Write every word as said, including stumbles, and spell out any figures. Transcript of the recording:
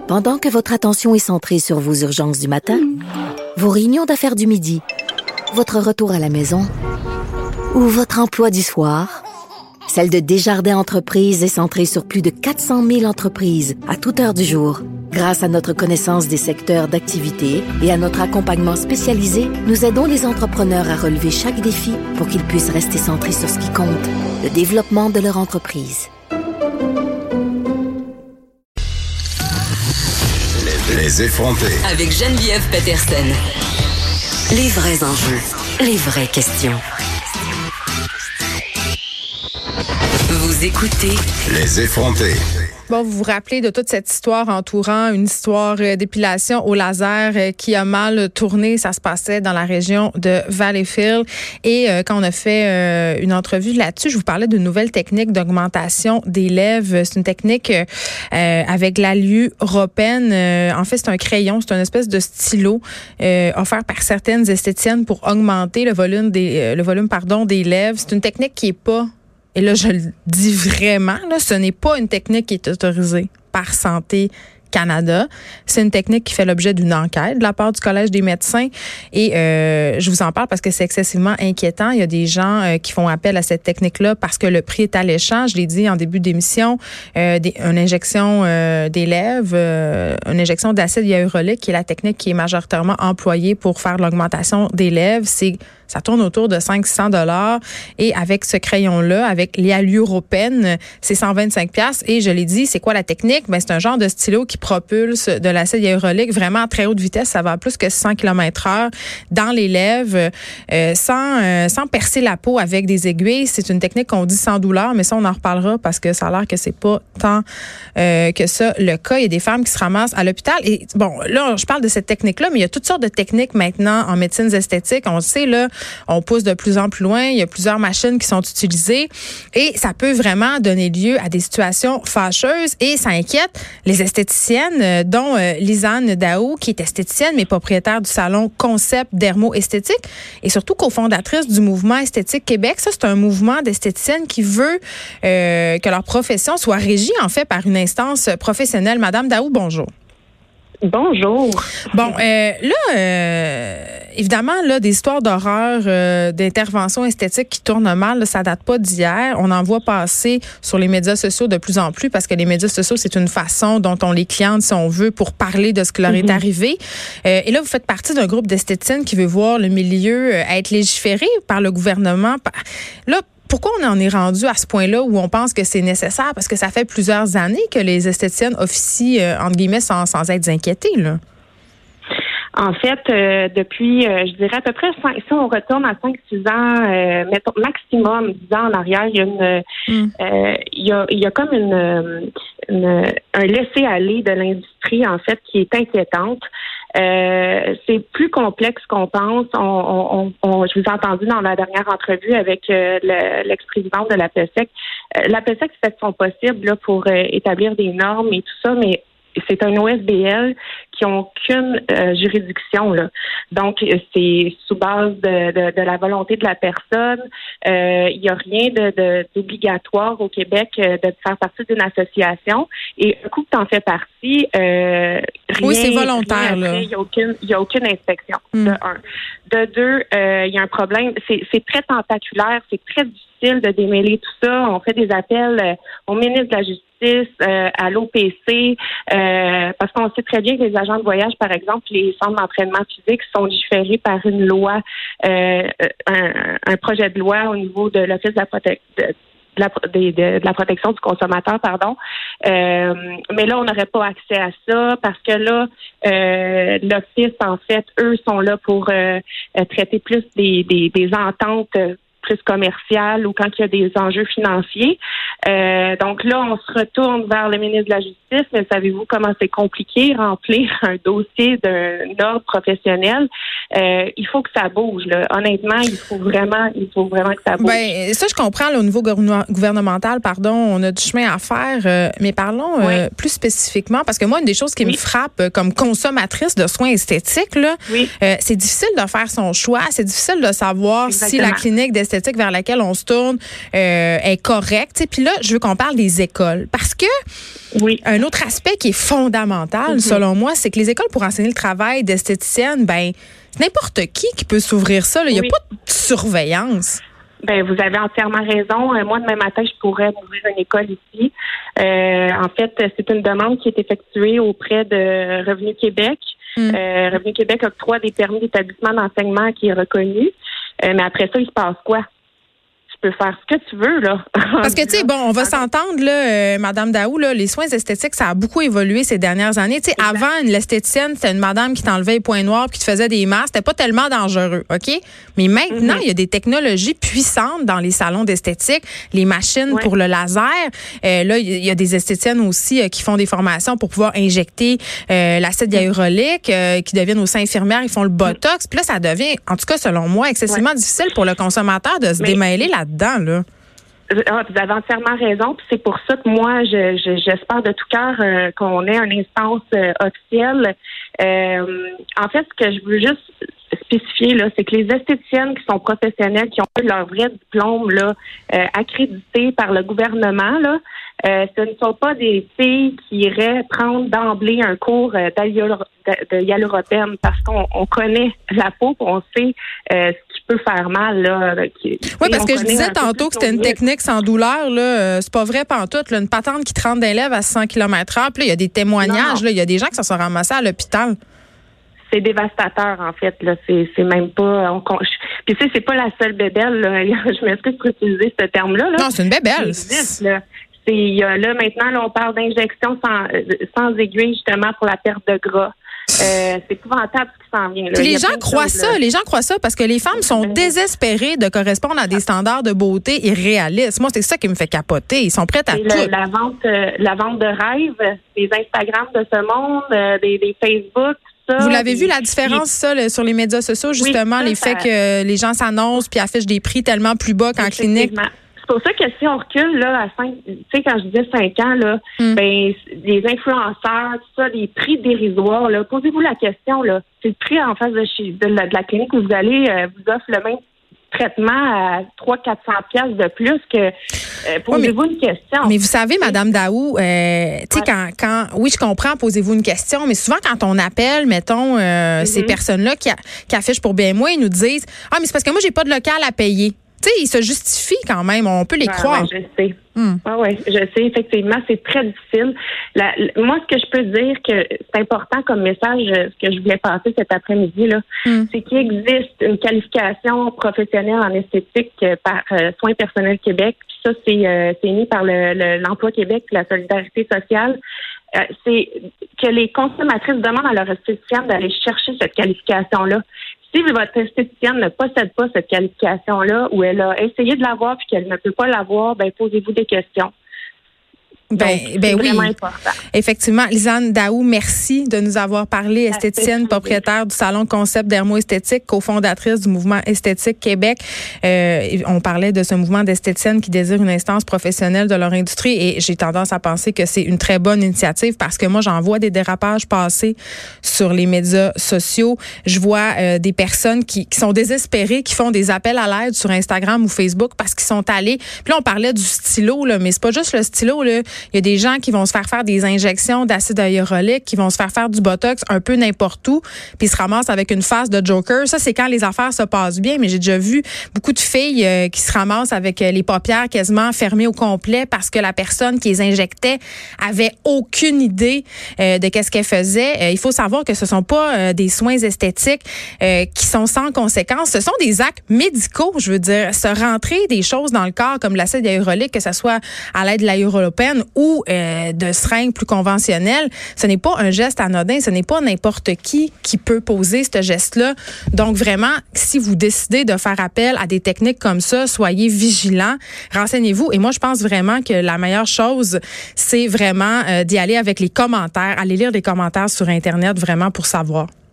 Pendant que votre attention est centrée sur vos urgences du matin, vos réunions d'affaires du midi, votre retour à la maison ou votre emploi du soir, celle de Desjardins Entreprises est centrée sur plus de quatre cent mille entreprises à toute heure du jour. Grâce à notre connaissance des secteurs d'activité et à notre accompagnement spécialisé, nous aidons les entrepreneurs à relever chaque défi pour qu'ils puissent rester centrés sur ce qui compte, le développement de leur entreprise. Les, les effrontés. Avec Geneviève Peterson. Les vrais enjeux, les vraies questions. Vous écoutez Les effrontés. Bon, vous vous rappelez de toute cette histoire entourant une histoire d'épilation au laser qui a mal tourné. Ça se passait dans la région de Valleyfield. Et euh, quand on a fait euh, une entrevue là-dessus, je vous parlais d'une nouvelle technique d'augmentation des lèvres. C'est une technique euh, avec l'alluropène. Euh, en fait, c'est un crayon, c'est une espèce de stylo euh, offert par certaines esthéticiennes pour augmenter le volume des, euh, le volume, pardon, des lèvres. C'est une technique qui est pas... Et là, je le dis vraiment, là, ce n'est pas une technique qui est autorisée par Santé Canada. C'est une technique qui fait l'objet d'une enquête de la part du Collège des médecins. Et euh, je vous en parle parce que c'est excessivement inquiétant. Il y a des gens euh, qui font appel à cette technique-là parce que le prix est alléchant. Je l'ai dit en début d'émission, euh, des, une injection euh, des lèvres, euh, une injection d'acide hyaluronique, qui est la technique qui est majoritairement employée pour faire l'augmentation des lèvres. C'est Ça tourne autour de cinq cents dollars. Et avec ce crayon-là, avec l'alluropène, c'est cent vingt-cinq dollars. Et je l'ai dit, c'est quoi la technique? Ben, c'est un genre de stylo qui propulse de l'acide hyaluronique vraiment à très haute vitesse. Ça va à plus que cent kilomètres heure dans les lèvres euh, sans, euh, sans percer la peau avec des aiguilles. C'est une technique qu'on dit sans douleur, mais ça, on en reparlera parce que ça a l'air que c'est pas tant euh, que ça le cas. Il y a des femmes qui se ramassent à l'hôpital. Et bon, là, je parle de cette technique-là, mais il y a toutes sortes de techniques maintenant en médecine esthétique. On le sait, là, on pousse de plus en plus loin. Il y a plusieurs machines qui sont utilisées et ça peut vraiment donner lieu à des situations fâcheuses et ça inquiète les esthéticiennes, dont euh, Lisanne Daou, qui est esthéticienne, mais propriétaire du salon Concept Dermo-Esthétique et surtout cofondatrice du mouvement Esthétique Québec. Ça, c'est un mouvement d'esthéticiennes qui veut euh, que leur profession soit régie, en fait, par une instance professionnelle. Madame Daou, bonjour. Bonjour. Bon, euh, là, euh, évidemment, là, des histoires d'horreur, euh, d'interventions esthétiques qui tournent mal, là, ça date pas d'hier. On en voit passer sur les médias sociaux de plus en plus parce que les médias sociaux, c'est une façon dont on les cliente, si on veut, pour parler de ce qui leur mm-hmm. est arrivé. Euh, et là, vous faites partie d'un groupe d'esthéticiennes qui veut voir le milieu euh, être légiféré par le gouvernement. Là, pourquoi on en est rendu à ce point-là où on pense que c'est nécessaire? Parce que ça fait plusieurs années que les esthéticiennes officient, euh, entre guillemets, sans, sans être inquiétées, là. En fait, euh, depuis, euh, je dirais à peu près, cinq, si on retourne à cinq six ans, euh, mettons, maximum dix ans en arrière, il y a une, mm. euh, il y a, il y a comme une, une un laisser-aller de l'industrie, en fait, qui est inquiétante. Euh, c'est plus complexe qu'on pense. On, on, on, je vous ai entendu dans la dernière entrevue avec euh, le, l'ex-présidente de la P E S E C. Euh, la P E S E C fait son possible là, pour euh, établir des normes et tout ça, mais c'est un O S B L qui n'a aucune euh, juridiction, là. Donc, c'est sous base de, de, de la volonté de la personne. Il euh, n'y a rien de, de, d'obligatoire au Québec euh, de faire partie d'une association. Et un coup que tu en fais partie, euh, rien, oui, c'est volontaire. Il n'y a aucune, il y a aucune inspection, mm. de un. De deux, il euh, y a un problème. C'est, c'est très tentaculaire, c'est très difficile de démêler tout ça. On fait des appels euh, au ministre de la Justice, Euh, à l'O P C, euh, parce qu'on sait très bien que les agents de voyage, par exemple, les centres d'entraînement physique sont différés par une loi, euh, un, un projet de loi au niveau de l'Office de la protection de, de, la, de, de la protection du consommateur, pardon. Euh, mais là, on n'aurait pas accès à ça parce que là, euh, l'Office, en fait, eux sont là pour euh, traiter plus des, des, des ententes plus commerciales ou quand il y a des enjeux financiers. Euh, donc là, on se retourne vers le ministre de la Justice, mais savez-vous comment c'est compliqué remplir un dossier d'un ordre professionnel? Euh, il faut que ça bouge, là. Honnêtement, il faut vraiment, il faut vraiment que ça bouge. Ben, ça, je comprends, là, au niveau gouvernemental, pardon, on a du chemin à faire, euh, mais parlons euh, oui. plus spécifiquement, parce que moi, une des choses qui oui. me frappe euh, comme consommatrice de soins esthétiques, là, oui. euh, c'est difficile de faire son choix, c'est difficile de savoir Exactement. si la clinique d'esthétique esthétique vers laquelle on se tourne euh, est correcte. Puis là, je veux qu'on parle des écoles. Parce que oui. un autre aspect qui est fondamental, mm-hmm. selon moi, c'est que les écoles pour enseigner le travail d'esthéticienne, ben c'est n'importe qui qui peut s'ouvrir ça. Il n'y a oui. pas de surveillance. Ben, vous avez entièrement raison. Euh, moi, demain matin, je pourrais ouvrir une école ici. Euh, en fait, c'est une demande qui est effectuée auprès de Revenu Québec. Mm. Euh, Revenu Québec octroie des permis d'établissement d'enseignement qui est reconnu. Euh, mais après ça, il se passe quoi? Tu peux faire ce que tu veux, là. Parce que, tu sais, bon, on va s'entendre, là, euh, Madame Daou, là, les soins esthétiques, ça a beaucoup évolué ces dernières années. Tu sais, avant, l'esthéticienne, c'était une madame qui t'enlevait les points noirs puis qui te faisait des masques. C'était pas tellement dangereux, OK? Mais maintenant, il mm-hmm. y a des technologies puissantes dans les salons d'esthétique, les machines ouais. pour le laser. Euh, là, il y a des esthéticiennes aussi euh, qui font des formations pour pouvoir injecter euh, l'acide hyaluronique, euh, qui deviennent aussi infirmières, ils font le botox. Puis là, ça devient, en tout cas, selon moi, excessivement ouais. difficile pour le consommateur de se Mais... démêler là dedans, là. Ah, vous avez entièrement raison. Puis c'est pour ça que moi, je, je, j'espère de tout cœur euh, qu'on ait une instance euh, officielle. Euh, en fait, ce que je veux juste spécifier, là, c'est que les esthéticiennes qui sont professionnelles, qui ont eu leur vrai diplôme là, euh, accrédité par le gouvernement, là, euh, ce ne sont pas des filles qui iraient prendre d'emblée un cours euh, de hyaluronique parce qu'on on connaît la peau, on sait euh, ce qui peut faire mal. Là, qui, oui, parce que je disais tantôt que c'était une technique sans douleur. Là, euh, c'est pas vrai pantoute. Là, une patente qui te rentre dans les lèvres à six cents kilomètres heure. Puis là, il y a des témoignages. Il y a des gens qui se sont ramassés à l'hôpital. C'est dévastateur, en fait. Là, c'est, c'est même pas. On, puis tu sais, c'est pas la seule bébelle. Là. Je m'excuse pour utiliser ce terme-là. Là. Non, c'est une bébelle. C'est, là. C'est, y a, là, maintenant, là, on parle d'injection sans, sans aiguille, justement, pour la perte de gras. Euh, c'est épouvantable ce qui s'en vient. Là. Puis les gens croient choses, ça, là. les gens croient ça parce que les femmes sont désespérées de correspondre à des standards de beauté irréalistes. Moi, c'est ça qui me fait capoter. Ils sont prêts à et tout. Le, la vente, euh, la vente de rêves, des Instagram de ce monde, euh, des, des Facebook. Ça, vous l'avez vu la différence, ça, le, sur les médias sociaux, justement, oui, ça, les faits ça... que les gens s'annoncent puis affichent des prix tellement plus bas qu'en clinique. C'est pour ça que si on recule là à cinq, tu sais quand je disais cinq ans là, mm. ben les influenceurs, tout ça, des prix dérisoires là, posez-vous la question là, c'est le prix en face de chez de la, de la clinique où vous allez euh, vous offre le même traitement à trois cents à quatre cents piastres de plus que euh, posez-vous ouais, mais, une question. Mais vous savez, Madame Daou, euh, tu sais, ouais. quand, quand, oui, je comprends, posez-vous une question, mais souvent quand on appelle, mettons, euh, mm-hmm. ces personnes-là qui, a, qui affichent pour bien moi, ils nous disent, ah, mais c'est parce que moi, j'ai pas de local à payer. Tu sais, ils se justifient quand même, on peut les ouais, croire. Ouais, je sais. Hmm. Ah ouais, je sais, effectivement, c'est très difficile. La, la, moi, ce que je peux dire que c'est important comme message, ce que je voulais passer cet après-midi, là, hmm. c'est qu'il existe une qualification professionnelle en esthétique par euh, Soins personnels Québec. Puis ça, c'est, euh, c'est émis par le, le, l'Emploi Québec et la Solidarité sociale. Euh, c'est que les consommatrices demandent à leur esthéticienne d'aller chercher cette qualification-là. Si votre esthéticienne ne possède pas cette qualification-là ou elle a essayé de l'avoir puis qu'elle ne peut pas l'avoir, ben posez-vous des questions. Ben, Donc, ben c'est oui, vraiment important. Effectivement. Lisanne Daou, merci de nous avoir parlé. Esthéticienne, propriétaire du salon Concept Dermo-Esthétique, cofondatrice du mouvement Esthétique Québec. Euh, on parlait de ce mouvement d'esthéticiennes qui désirent une instance professionnelle de leur industrie et j'ai tendance à penser que c'est une très bonne initiative parce que moi, j'en vois des dérapages passer sur les médias sociaux. Je vois euh, des personnes qui, qui sont désespérées, qui font des appels à l'aide sur Instagram ou Facebook parce qu'ils sont allés. Puis là, on parlait du stylo, là, mais c'est pas juste le stylo, là. Il y a des gens qui vont se faire faire des injections d'acide hyaluronique, qui vont se faire faire du botox un peu n'importe où, puis ils se ramassent avec une face de Joker. Ça, c'est quand les affaires se passent bien, mais j'ai déjà vu beaucoup de filles euh, qui se ramassent avec euh, les paupières quasiment fermées au complet parce que la personne qui les injectait avait aucune idée euh, de qu'est-ce qu'elle faisait. Euh, il faut savoir que ce sont pas euh, des soins esthétiques euh, qui sont sans conséquences. Ce sont des actes médicaux, je veux dire, se rentrer des choses dans le corps comme l'acide hyaluronique, que ce soit à l'aide de l'hyaluropène ou euh, de seringues plus conventionnelles, ce n'est pas un geste anodin, ce n'est pas n'importe qui qui peut poser ce geste-là. Donc vraiment, si vous décidez de faire appel à des techniques comme ça, soyez vigilants, renseignez-vous. Et moi, je pense vraiment que la meilleure chose, c'est vraiment euh, d'y aller avec les commentaires, aller lire les commentaires sur Internet vraiment pour savoir.